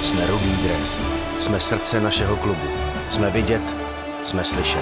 Jsme Rudý dres. Jsme srdce našeho klubu. Jsme vidět, jsme slyšet.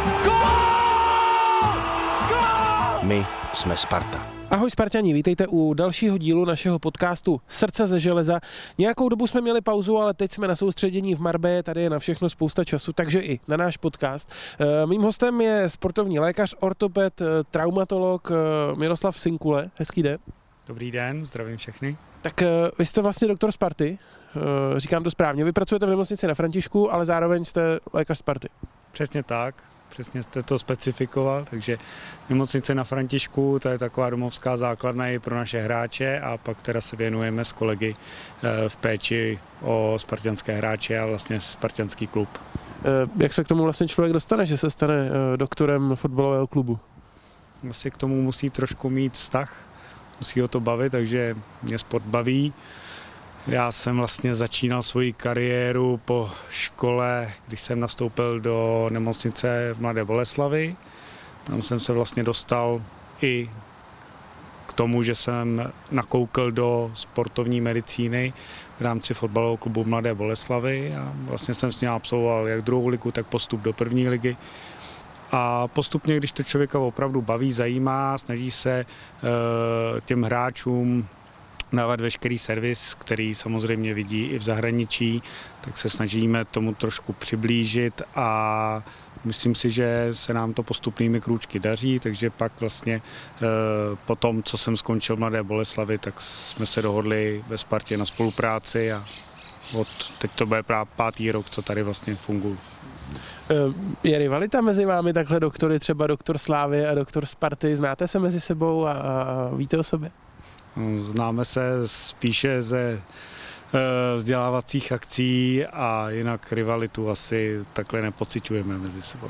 My jsme Sparta. Ahoj Sparťani, vítejte u dalšího dílu našeho podcastu Srdce ze železa. Nějakou dobu jsme měli pauzu, ale teď jsme na soustředění v Marbě, tady je na všechno spousta času, takže i na náš podcast. Mým hostem je sportovní lékař, ortoped, traumatolog Miroslav Sinkule. Hezký den. Dobrý den, zdravím všechny. Tak vy jste vlastně doktor Sparty, říkám to správně. Vy pracujete v nemocnici na Františku, ale zároveň jste lékař Sparty. Přesně tak, přesně jste to specifikoval, takže nemocnice na Františku, to je taková domovská základna i pro naše hráče a pak teda se věnujeme s kolegy v péči o spartanské hráče a vlastně spartanský klub. Jak se k tomu vlastně člověk dostane, že se stane doktorem fotbalového klubu? Vlastně k tomu musí trošku mít vztah, musí ho to bavit, takže mě sport baví. Já jsem vlastně začínal svoji kariéru po škole, když jsem nastoupil do nemocnice v Mladé Boleslavi. Tam jsem se vlastně dostal i k tomu, že jsem nakoukl do sportovní medicíny v rámci fotbalového klubu Mladé Boleslavy a vlastně jsem s ním absolvoval jak druhou ligu, tak postup do první ligy. A postupně, když to člověka opravdu baví, zajímá, snaží se těm hráčům dávat veškerý servis, který samozřejmě vidí i v zahraničí, tak se snažíme tomu trošku přiblížit a myslím si, že se nám to postupnými krůčky daří, takže pak vlastně po tom, co jsem skončil v Mladé Boleslavi, tak jsme se dohodli ve Spartě na spolupráci a teď to bude právě 5. rok, co tady vlastně funguji. Je rivalita mezi vámi takhle doktory, třeba doktor Slávy a doktor Sparty, znáte se mezi sebou a víte o sobě? Známe se spíše ze vzdělávacích akcí a jinak rivalitu asi takhle nepociťujeme mezi sebou.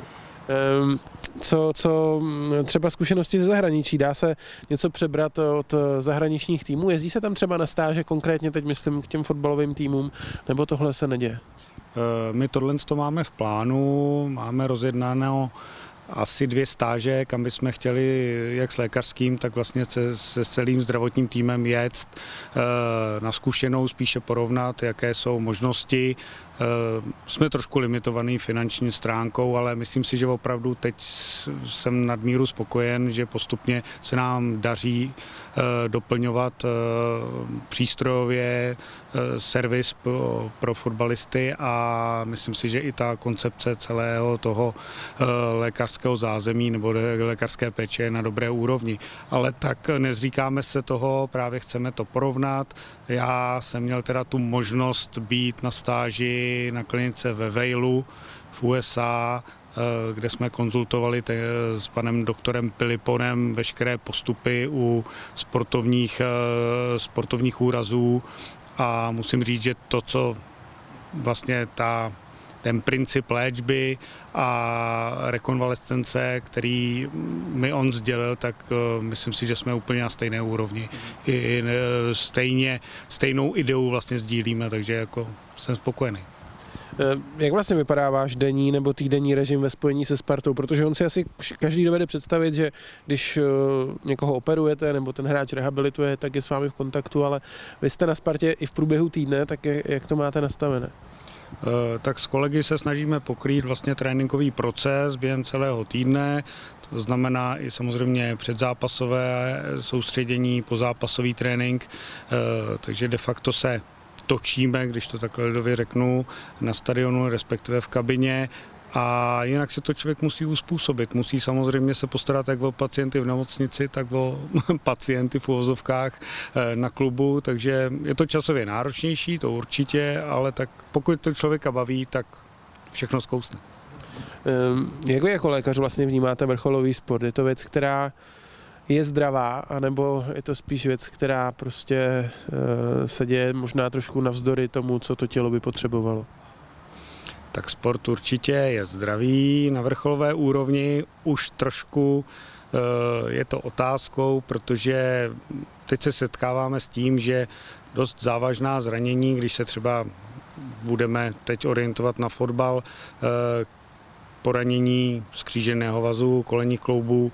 Co třeba zkušenosti ze zahraničí? Dá se něco přebrat od zahraničních týmů? Jezdí se tam třeba na stáže, konkrétně teď myslím k těm fotbalovým týmům, nebo tohle se neděje? My tohle máme v plánu, máme rozjednáno asi 2 stáže, kam bychom chtěli jak s lékařským, tak vlastně se celým zdravotním týmem jet na zkušenou, spíše porovnat, jaké jsou možnosti. Jsme trošku limitovaný finanční stránkou, ale myslím si, že opravdu teď jsem nadmíru spokojen, že postupně se nám daří doplňovat přístrojově servis pro fotbalisty a myslím si, že i ta koncepce celého toho lékařského zázemí nebo lékařské péče je na dobré úrovni. Ale tak nezříkáme se toho, právě chceme to porovnat. Já jsem měl teda tu možnost být na stáži na klinice ve Waleu v USA, kde jsme konzultovali s panem doktorem Piliponem veškeré postupy u sportovních úrazů a musím říct, že to, co vlastně ten princip léčby a rekonvalescence, který mi on sdělil, tak myslím si, že jsme úplně na stejné úrovni. I stejnou ideu vlastně sdílíme, takže jako jsem spokojený. Jak vlastně vypadá váš denní nebo týdenní režim ve spojení se Spartou? Protože on si asi každý dovede představit, že když někoho operujete nebo ten hráč rehabilituje, tak je s vámi v kontaktu, ale vy jste na Spartě i v průběhu týdne, tak jak to máte nastavené? Tak s kolegy se snažíme pokrýt vlastně tréninkový proces během celého týdne, to znamená i samozřejmě předzápasové soustředění, pozápasový trénink, takže de facto se točíme, když to takhle lidově řeknu, na stadionu, respektive v kabině. A jinak se to člověk musí uspůsobit. Musí samozřejmě se postarat jak o pacienty v nemocnici, tak o pacienty v uvozovkách na klubu, takže je to časově náročnější, to určitě, ale tak pokud to člověka baví, tak všechno zkousne. Jak vy jako lékař vlastně vnímáte vrcholový sport? Je to věc, která je zdravá, anebo je to spíš věc, která prostě se děje možná trošku navzdory tomu, co to tělo by potřebovalo? Tak sport určitě je zdravý, na vrcholové úrovni už trošku je to otázkou, protože teď se setkáváme s tím, že dost závažná zranění, když se třeba budeme teď orientovat na fotbal, poranění skříženého vazu, kolenních kloubů,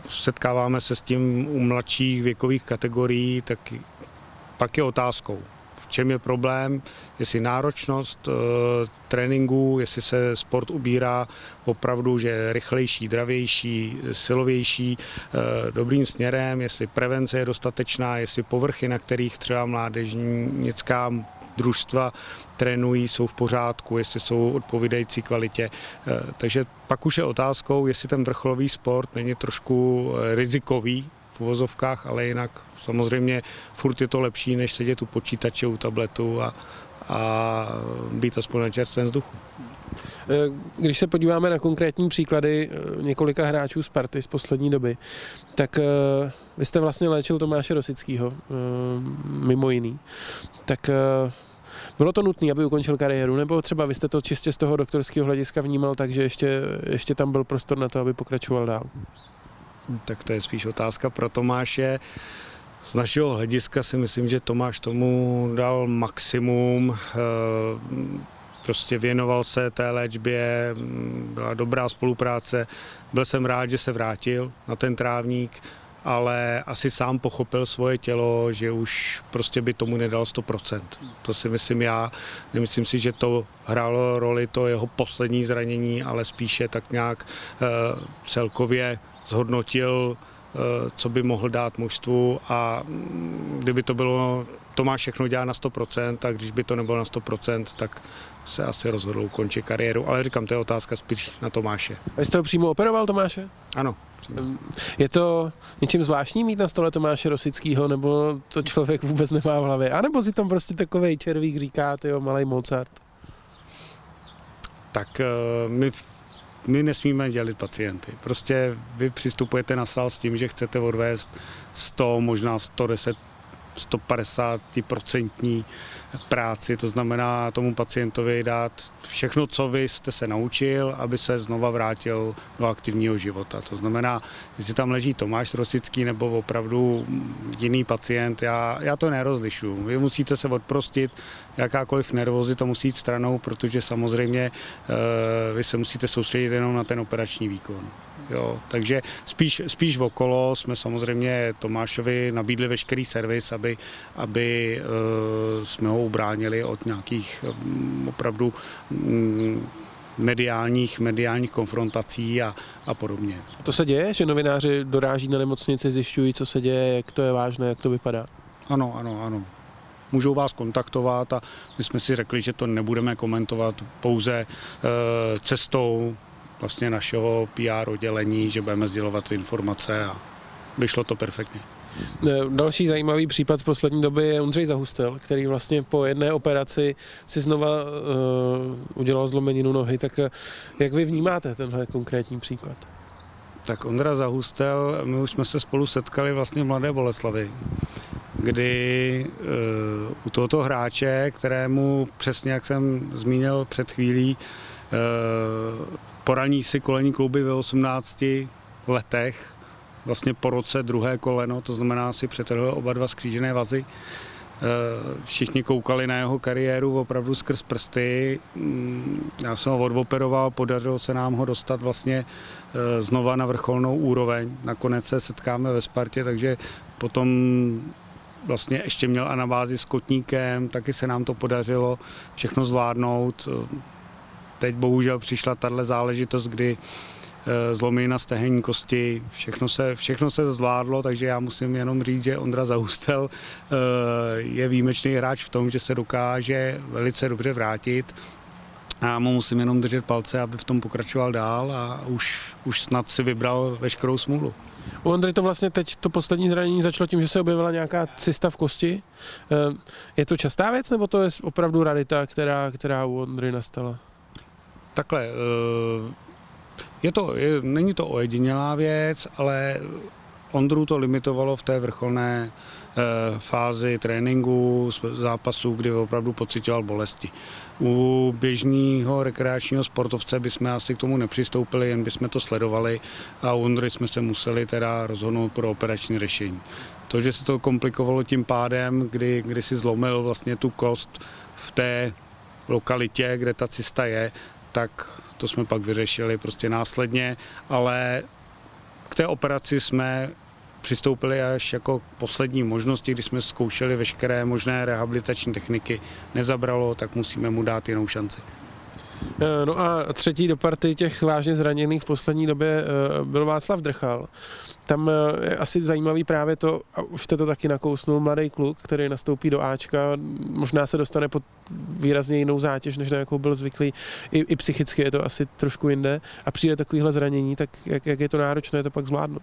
setkáváme se s tím u mladších věkových kategorií, tak pak je otázkou, v čem je problém, jestli náročnost tréninku, jestli se sport ubírá opravdu, že je rychlejší, dravější, silovější, dobrým směrem, jestli prevence je dostatečná, jestli povrchy, na kterých třeba mládežnická družstva trénují, jsou v pořádku, jestli jsou odpovídající kvalitě. Takže pak už je otázkou, jestli ten vrcholový sport není trošku rizikový v uvozovkách, ale jinak samozřejmě furt je to lepší, než sedět u počítače, u tabletu a být aspoň na čerstvém vzduchu. Když se podíváme na konkrétní příklady několika hráčů Sparty z poslední doby, tak vy jste vlastně léčil Tomáše Rosického, mimo jiný. Tak bylo to nutné, aby ukončil kariéru, nebo třeba vy jste to čistě z toho doktorského hlediska vnímal tak, že ještě tam byl prostor na to, aby pokračoval dál? Tak to je spíš otázka pro Tomáše. Z našeho hlediska si myslím, že Tomáš tomu dal maximum, prostě věnoval se té léčbě, byla dobrá spolupráce. Byl jsem rád, že se vrátil na ten trávník, ale asi sám pochopil svoje tělo, že už prostě by tomu nedal 100%. To si myslím já. Nemyslím si, že to hrálo roli to jeho poslední zranění, ale spíše tak nějak celkově zhodnotil, co by mohl dát mužstvu, a kdyby to bylo, Tomáš všechno dělá na 100%, tak když by to nebylo na 100%, tak se asi rozhodl ukončit kariéru. Ale říkám, to je otázka spíš na Tomáše. A jste ho přímo operoval, Tomáše? Ano. Je to něčím zvláštní mít na stole Tomáše Rosického, nebo to člověk vůbec nemá v hlavě? A nebo si tam prostě takovej červík říká, tyjo, malej Mozart? Tak my nesmíme dělit pacienty. Prostě vy přistupujete na sál s tím, že chcete odvést 100, možná 110, 150% práci, to znamená tomu pacientovi dát všechno, co vy jste se naučil, aby se znova vrátil do aktivního života. To znamená, jestli tam leží Tomáš Rosický nebo opravdu jiný pacient, já to nerozlišuju. Vy musíte se odprostit, jakákoliv nervozita musí jít stranou, protože samozřejmě vy se musíte soustředit jenom na ten operační výkon. Jo, takže spíš okolo jsme samozřejmě Tomášovi nabídli veškerý servis, aby jsme ho ubránili od nějakých opravdu mediálních konfrontací a podobně. A to se děje, že novináři doráží na nemocnici, zjišťují, co se děje, jak to je vážné, jak to vypadá? Ano. Můžou vás kontaktovat a my jsme si řekli, že to nebudeme komentovat pouze cestou vlastně našeho PR oddělení, že budeme sdělovat informace, a vyšlo to perfektně. Další zajímavý případ z poslední doby je Ondřej Zahustel, který vlastně po jedné operaci si znova udělal zlomeninu nohy. Tak jak vy vnímáte tenhle konkrétní případ? Tak Ondra Zahustel, my už jsme se spolu setkali vlastně v Mladé Boleslavi, kdy u tohoto hráče, kterému přesně, jak jsem zmínil před chvílí, poraní si kolenní klouby ve 18 letech, vlastně po roce druhé koleno, to znamená si přetrhl oba dva skřížené vazy. Všichni koukali na jeho kariéru opravdu skrz prsty. Já jsem ho odoperoval, podařilo se nám ho dostat vlastně znova na vrcholnou úroveň. Nakonec se setkáme ve Spartě, takže potom vlastně ještě měl anabázi s kotníkem, taky se nám to podařilo všechno zvládnout. Teď bohužel přišla tahle záležitost, kdy zlomenina stehenní kosti, všechno se zvládlo, takže já musím jenom říct, že Ondra Zahustel je výjimečný hráč v tom, že se dokáže velice dobře vrátit. A já mu musím jenom držet palce, aby v tom pokračoval dál, a už snad si vybral veškerou smůlu. U Ondry to vlastně teď to poslední zranění začalo tím, že se objevila nějaká cysta v kosti. Je to častá věc, nebo to je opravdu rarita, která u Ondry nastala? Takhle, není to ojedinělá věc, ale Ondru to limitovalo v té vrcholné fázi tréninku, zápasů, kdy opravdu pocitoval bolesti. U běžného rekreačního sportovce bychom asi k tomu nepřistoupili, jen bychom to sledovali, a u Ondry jsme se museli teda rozhodnout pro operační řešení. To, že se to komplikovalo tím pádem, kdy si zlomil vlastně tu kost v té lokalitě, kde ta cysta je, tak to jsme pak vyřešili prostě následně, ale k té operaci jsme přistoupili až jako k poslední možnosti, kdy jsme zkoušeli veškeré možné rehabilitační techniky. Nezabralo, tak musíme mu dát jinou šanci. No a třetí do party těch vážně zraněných v poslední době byl Václav Drchal. Tam je asi zajímavý právě to, a už jste to taky nakousnul, mladý kluk, který nastoupí do Ačka, možná se dostane pod výrazně jinou zátěž, než na jakou byl zvyklý. I psychicky je to asi trošku jinde a přijde takovýhle zranění, tak jak je to náročné to pak zvládnout?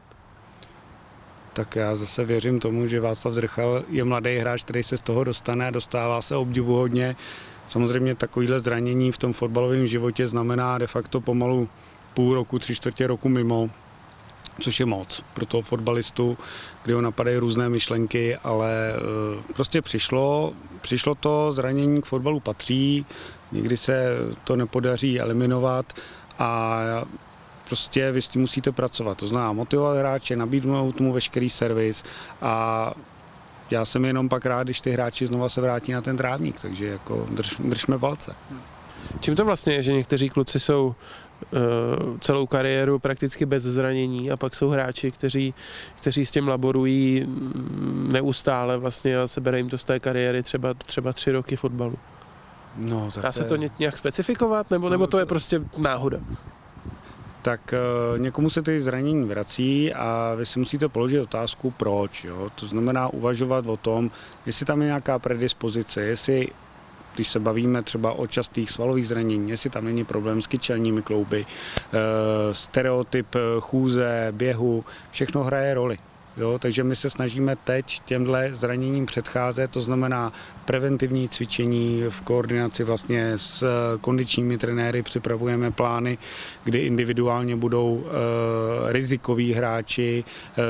Tak já zase věřím tomu, že Václav Drchal je mladý hráč, který se z toho dostane a dostává se obdivuhodně. Samozřejmě takovýhle zranění v tom fotbalovém životě znamená de facto pomalu půl roku, 3/4 roku mimo, což je moc pro toho fotbalistu, kdy ho napadají různé myšlenky, ale prostě přišlo to, zranění k fotbalu patří, nikdy se to nepodaří eliminovat a prostě vy s tím musíte pracovat. To znamená motivovat hráče, nabídnout mu veškerý servis a já jsem jenom pak rád, když ty hráči znova se vrátí na ten trávník, takže jako držme palce. Čím to vlastně je, že někteří kluci jsou celou kariéru prakticky bez zranění a pak jsou hráči, kteří s tím laborují neustále vlastně a sebere jim to z té kariéry třeba 3 roky fotbalu. No, tak dá se to nějak specifikovat, nebo to je prostě náhoda? Tak někomu se ty zranění vrací a vy si musíte položit otázku, proč. Jo? To znamená uvažovat o tom, jestli tam je nějaká predispozice, jestli, když se bavíme třeba o častých svalových zranění, jestli tam není problém s kyčelními klouby, stereotyp chůze, běhu, všechno hraje roli. Jo, takže my se snažíme teď těmhle zraněním předcházet, to znamená preventivní cvičení v koordinaci vlastně s kondičními trenéry, připravujeme plány, kdy individuálně budou rizikoví hráči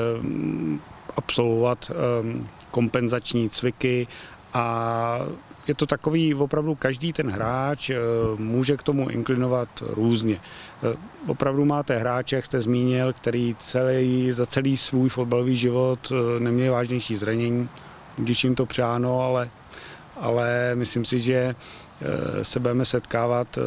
absolvovat kompenzační cviky a je to takový, opravdu každý ten hráč může k tomu inklinovat různě. Opravdu máte hráče, jak jste zmínil, který za celý svůj fotbalový život neměl vážnější zranění, když jim to přáno, ale myslím si, že se budeme setkávat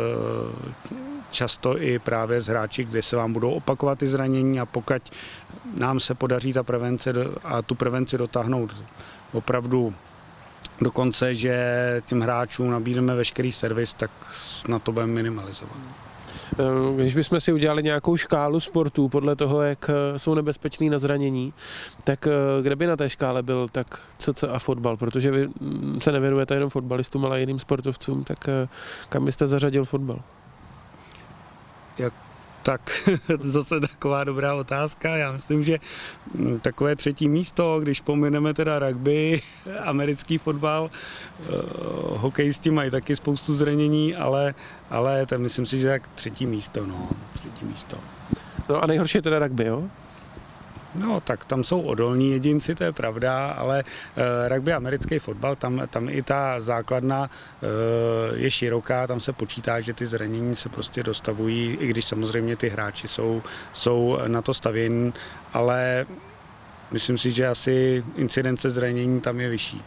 často i právě s hráči, kde se vám budou opakovat ty zranění a pokud nám se podaří ta prevence a tu prevenci dotáhnout opravdu dokonce, že těm hráčům nabídneme veškerý servis, tak na to budeme minimalizovat. Když bychom si udělali nějakou škálu sportů podle toho, jak jsou nebezpeční na zranění, tak kde by na té škále byl tak CC a fotbal? Protože vy se nevěnujete jenom fotbalistům, ale i jiným sportovcům, tak kam byste zařadil fotbal? Tak zase taková dobrá otázka. Já myslím, že takové 3. místo, když pomineme teda rugby, americký fotbal, hokejisti mají taky spoustu zranění, ale tak myslím si, že tak 3. místo, no. 3. místo. No a nejhorší je teda rugby, jo? No, tak tam jsou odolní jedinci, to je pravda, ale rugby, americký fotbal, tam i ta základna je široká, tam se počítá, že ty zranění se prostě dostavují, i když samozřejmě ty hráči jsou na to stavění, ale myslím si, že asi incidence zranění tam je vyšší.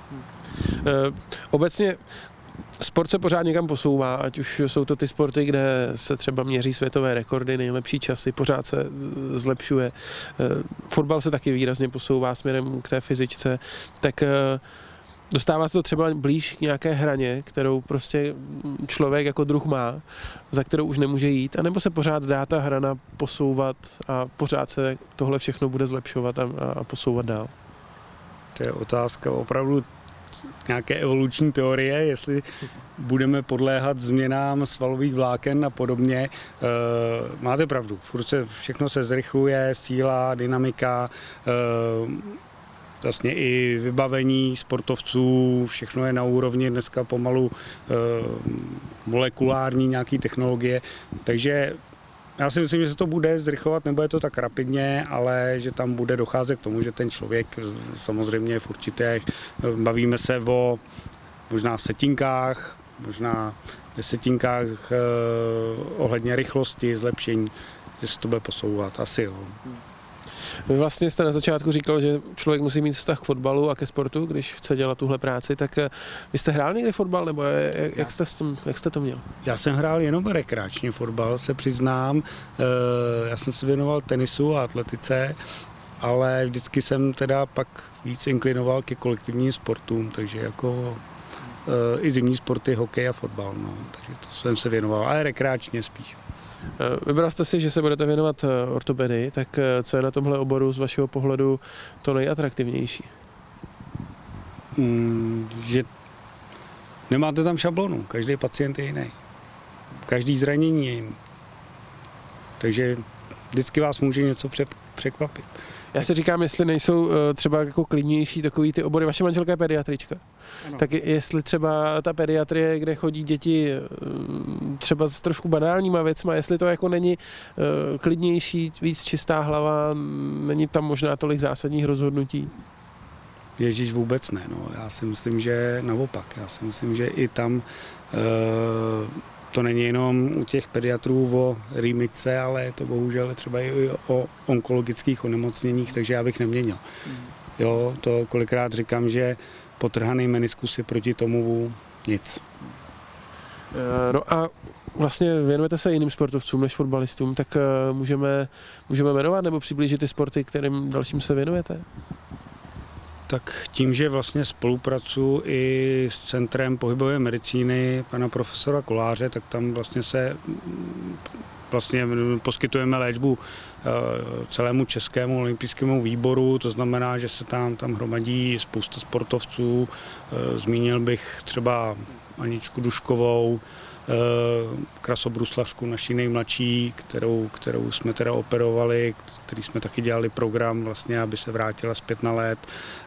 Obecně sport se pořád někam posouvá, ať už jsou to ty sporty, kde se třeba měří světové rekordy, nejlepší časy, pořád se zlepšuje. Fotbal se taky výrazně posouvá směrem k té fyzičce, tak dostává se to třeba blíž k nějaké hraně, kterou prostě člověk jako druh má, za kterou už nemůže jít, anebo se pořád dá ta hrana posouvat a pořád se tohle všechno bude zlepšovat a posouvat dál. To je otázka opravdu nějaké evoluční teorie, jestli budeme podléhat změnám svalových vláken a podobně. Máte pravdu, všechno se zrychluje, síla, dynamika, vlastně i vybavení sportovců, všechno je na úrovni dneska pomalu molekulární nějaký technologie, takže já si myslím, že se to bude zrychlovat, nebude to tak rapidně, ale že tam bude docházet k tomu, že ten člověk samozřejmě v určitých, bavíme se o možná setinkách, možná desetinkách ohledně rychlosti, zlepšení, že se to bude posouvat, asi jo. Vy vlastně jste na začátku říkal, že člověk musí mít vztah k fotbalu a ke sportu, když chce dělat tuhle práci, tak vy jste hrál někdy fotbal, nebo jak jste to měl? Já jsem hrál jenom rekreačně fotbal, se přiznám. Já jsem se věnoval tenisu a atletice ale vždycky jsem teda pak víc inklinoval ke kolektivním sportům, takže jako i zimní sporty, hokej a fotbal, no, takže to jsem se věnoval, ale rekreačně spíš. Vybral jste si, že se budete věnovat ortopedii, tak co je na tomhle oboru z vašeho pohledu to nejatraktivnější? Že nemáte tam šablonu, každý pacient je jiný, každý zranění je jiný, takže vždycky vás může něco překvapit. Já si říkám, jestli nejsou třeba jako klidnější takový ty obory. Vaše manželka je pediatrička. Ano. Tak jestli třeba ta pediatrie, kde chodí děti třeba s trošku banálníma věcma, jestli to jako není klidnější, víc čistá hlava, není tam možná tolik zásadních rozhodnutí? Ježíš, vůbec ne. No. Já si myslím, že naopak. Já si myslím, že i tam to není jenom u těch pediatrů o rýmice, ale je to bohužel třeba i o onkologických onemocněních, takže já bych neměnil. Jo, to kolikrát říkám, že potrhaný meniskus je proti tomu nic. No a vlastně věnujete se jiným sportovcům než fotbalistům, tak můžeme jmenovat nebo přiblížit ty sporty, kterým dalším se věnujete? Tak tím, že vlastně spolupracuji i s Centrem pohybové medicíny pana profesora Koláře, tak tam vlastně poskytujeme léčbu celému českému olympijskému výboru, to znamená, že se tam hromadí spousta sportovců, zmínil bych třeba Aničku Duškovou, krasobruslařku naší nejmladší, kterou jsme teda operovali, který jsme taky dělali program vlastně, aby se vrátila zpět na led.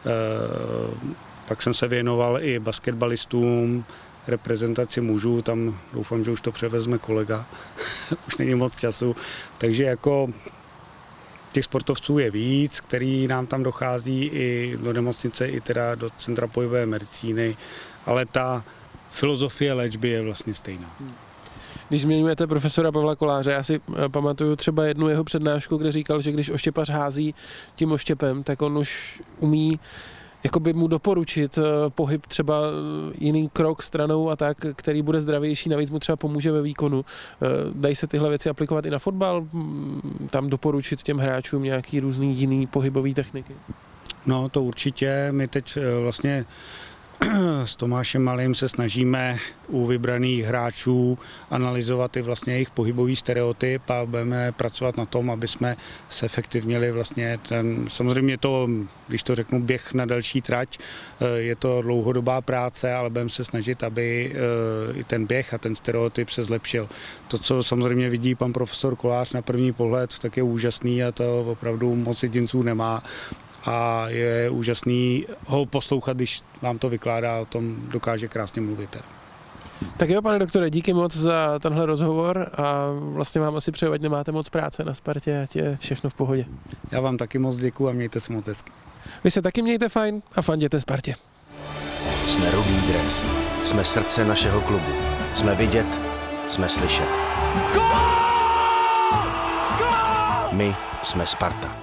Pak jsem se věnoval i basketbalistům, reprezentaci mužů, tam doufám, že už to převezme kolega, už není moc času, takže jako těch sportovců je víc, který nám tam dochází i do nemocnice, i teda do Centra pohybové medicíny, ale ta filozofie léčby je vlastně stejná. Když zmiňujete profesora Pavla Koláře, já si pamatuju třeba jednu jeho přednášku, kde říkal, že když oštěpař hází tím oštěpem, tak on už umí jakoby mu doporučit pohyb, třeba jiný krok stranou a tak, který bude zdravější, navíc mu třeba pomůže ve výkonu. Dají se tyhle věci aplikovat i na fotbal? Tam doporučit těm hráčům nějaký různý jiný pohybový techniky? No to určitě. My teď vlastně s Tomášem Malým se snažíme u vybraných hráčů analyzovat i vlastně jejich pohybový stereotyp a budeme pracovat na tom, aby jsme se efektivnili vlastně samozřejmě to, když to řeknu, běh na delší trať, je to dlouhodobá práce, ale budeme se snažit, aby i ten běh a ten stereotyp se zlepšil. To, co samozřejmě vidí pan profesor Kolář na první pohled, tak je úžasný a to opravdu moc jedinců nemá. A je úžasný ho poslouchat, když vám to vykládá, o tom dokáže krásně mluvit. Tak jo, pane doktore, díky moc za tenhle rozhovor a vlastně vám asi přeju, ať nemáte moc práce na Spartě, ať je všechno v pohodě. Já vám taky moc děkuju a mějte se moc hezky. Vy se taky mějte fajn a fanděte Spartě. Jsme Rudý dres, jsme srdce našeho klubu, jsme vidět, jsme slyšet. My jsme Sparta.